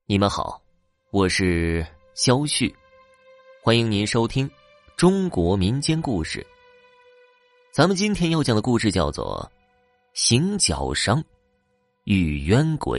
你们好，我是肖旭，欢迎您收听中国民间故事。咱们今天要讲的故事叫做行脚伤遇冤鬼。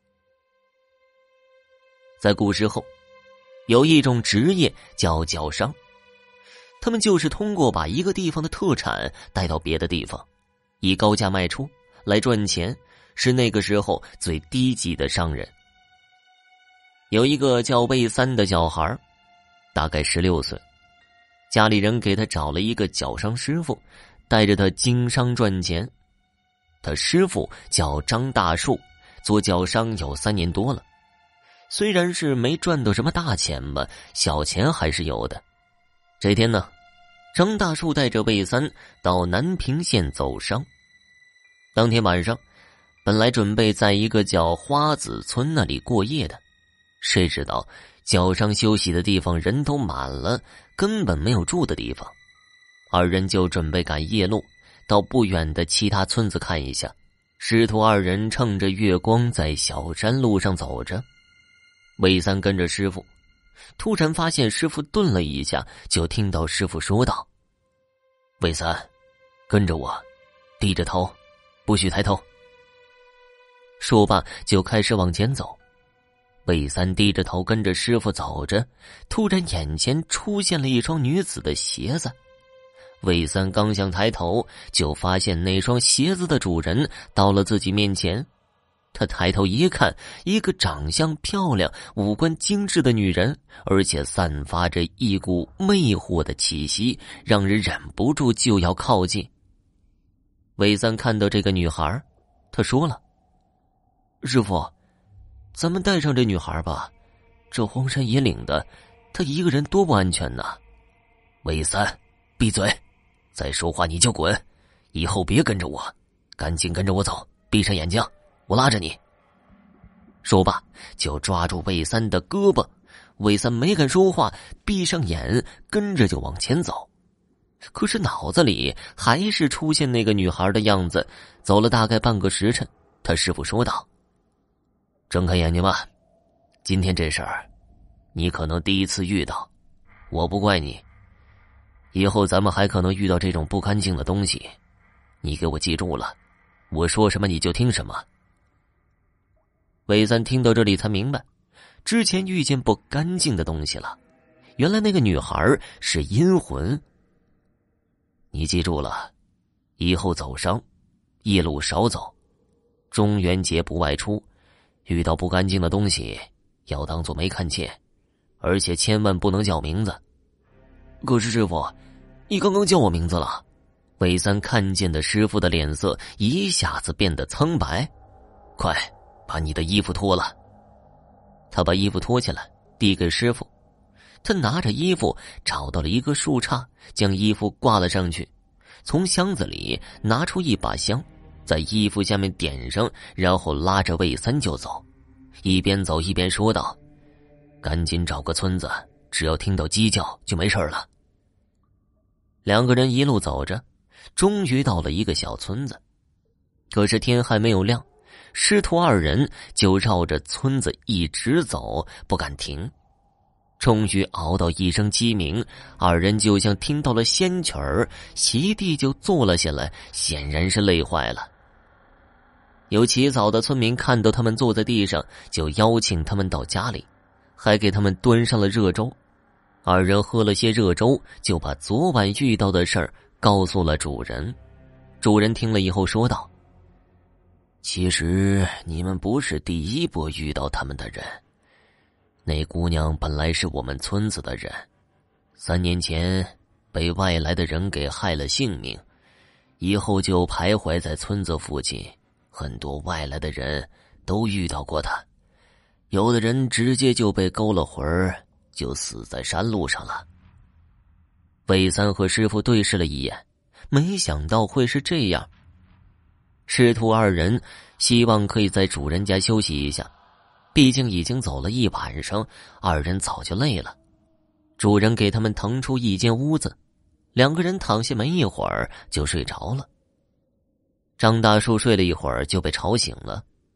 在古时候，有一种职业叫脚商，他们就是通过把一个地方的特产带到别的地方，以高价卖出来赚钱，是那个时候最低级的商人。有一个叫魏三的小孩，大概16岁，家里人给他找了一个脚商师傅，带着他经商赚钱。他师傅叫张大树，做脚商有3年多了，虽然是没赚到什么大钱吧，小钱还是有的。这天呢，张大树带着魏三到南平县走商。当天晚上，本来准备在一个叫花子村那里过夜的，谁知道脚商休息的地方人都满了，根本没有住的地方。二人就准备赶夜路，到不远的其他村子看一下。师徒二人乘着月光在小山路上走着。魏三跟着师傅，突然发现师傅顿了一下，就听到师傅说道：魏三，跟着我，低着头，不许抬头。说罢就开始往前走。魏三低着头跟着师傅走着，突然眼前出现了一双女子的鞋子。魏三刚想抬头，就发现那双鞋子的主人到了自己面前。他抬头一看，一个长相漂亮、五官精致的女人，而且散发着一股魅惑的气息，让人忍不住就要靠近。魏三看到这个女孩，他说了：师傅，咱们带上这女孩吧，这荒山野岭的，她一个人多不安全呐。魏三，闭嘴，再说话你就滚，以后别跟着我，赶紧跟着我走，闭上眼睛，我拉着你。说罢就抓住魏三的胳膊，魏三没敢说话，闭上眼跟着就往前走。可是脑子里还是出现那个女孩的样子。走了大概半个时辰，他师傅说道：睁开眼睛吧，今天这事儿你可能第一次遇到，我不怪你，以后咱们还可能遇到这种不干净的东西，你给我记住了，我说什么你就听什么。魏三听到这里才明白，之前遇见不干净的东西了，原来那个女孩是阴魂。你记住了，以后走商夜路少走，中元节不外出，遇到不干净的东西要当作没看见，而且千万不能叫名字。可是师傅，你刚刚叫我名字了。魏三看见的师傅的脸色一下子变得苍白。快把你的衣服脱了。他把衣服脱下来递给师傅，他拿着衣服找到了一个树杈，将衣服挂了上去，从箱子里拿出一把香，在衣服下面点上，然后拉着魏三就走，一边走一边说道：赶紧找个村子，只要听到鸡叫就没事了。两个人一路走着，终于到了一个小村子。可是天还没有亮，师徒二人就绕着村子一直走，不敢停。终于熬到一声鸡鸣，二人就像听到了仙曲儿，席地就坐了下来，显然是累坏了。有起早的村民看到他们坐在地上，就邀请他们到家里，还给他们端上了热粥。二人喝了些热粥，就把昨晚遇到的事儿告诉了主人。主人听了以后说道：其实你们不是第一波遇到他们的人，那姑娘本来是我们村子的人，3年前被外来的人给害了性命，以后就徘徊在村子附近，很多外来的人都遇到过她，有的人直接就被勾了魂儿，就死在山路上了。魏三和师傅对视了一眼，没想到会是这样。师徒二人希望可以在主人家休息一下，毕竟已经走了一晚上，二人早就累了。主人给他们腾出一间屋子，两个人躺下没一会儿就睡着了。张大树睡了一会儿就被吵醒了，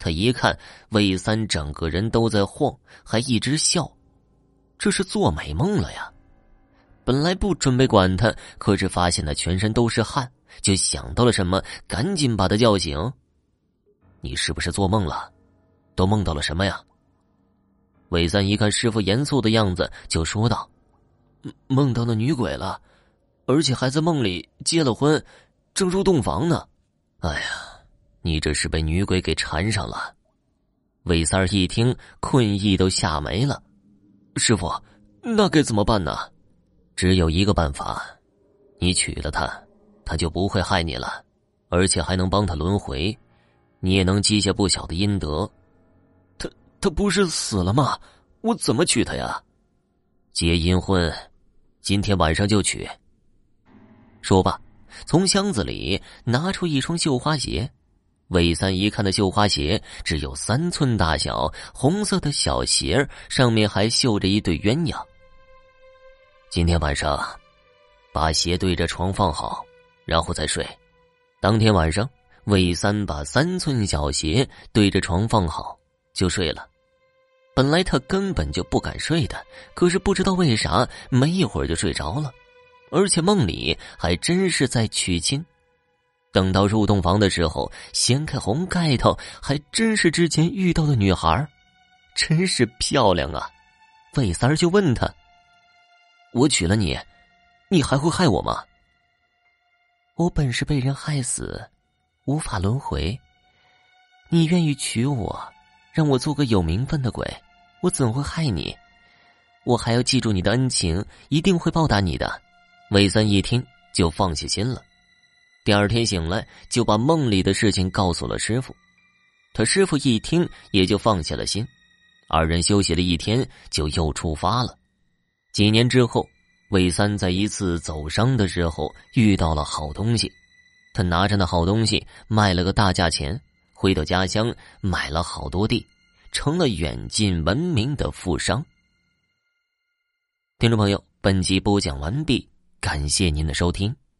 他一看魏三整个人都在晃，还一直笑，这是做美梦了呀。本来不准备管他，可是发现他全身都是汗，就想到了什么，赶紧把他叫醒。你是不是做梦了？都梦到了什么呀？魏三一看师傅严肃的样子，就说道：梦到那女鬼了，而且还在梦里结了婚，正入洞房呢。哎呀，你这是被女鬼给缠上了。魏三儿一听，困意都吓没了。师傅，那该怎么办呢？只有一个办法，你娶了她，她就不会害你了，而且还能帮她轮回，你也能积下不小的阴德。她不是死了吗？我怎么娶她呀？结阴婚，今天晚上就娶。说罢，从箱子里拿出一双绣花鞋。魏三一看那绣花鞋只有3寸大小，红色的小鞋上面还绣着一对鸳鸯。今天晚上把鞋对着床放好，然后再睡。当天晚上，魏三把3寸小鞋对着床放好就睡了。本来他根本就不敢睡的，可是不知道为啥没一会儿就睡着了，而且梦里还真是在娶亲。等到入洞房的时候，掀开红盖头，还真是之前遇到的女孩，真是漂亮啊。魏三儿就问他：我娶了你，你还会害我吗？我本是被人害死，无法轮回，你愿意娶我，让我做个有名分的鬼，我怎会害你？我还要记住你的恩情，一定会报答你的。魏三一听就放下心了。第二天醒来，就把梦里的事情告诉了师傅。他师傅一听也就放下了心。二人休息了一天，就又出发了。几年之后，魏三在一次走商的时候遇到了好东西，他拿着那好东西卖了个大价钱，回到家乡买了好多地，成了远近闻名的富商。听众朋友，本集播讲完毕，感谢您的收听。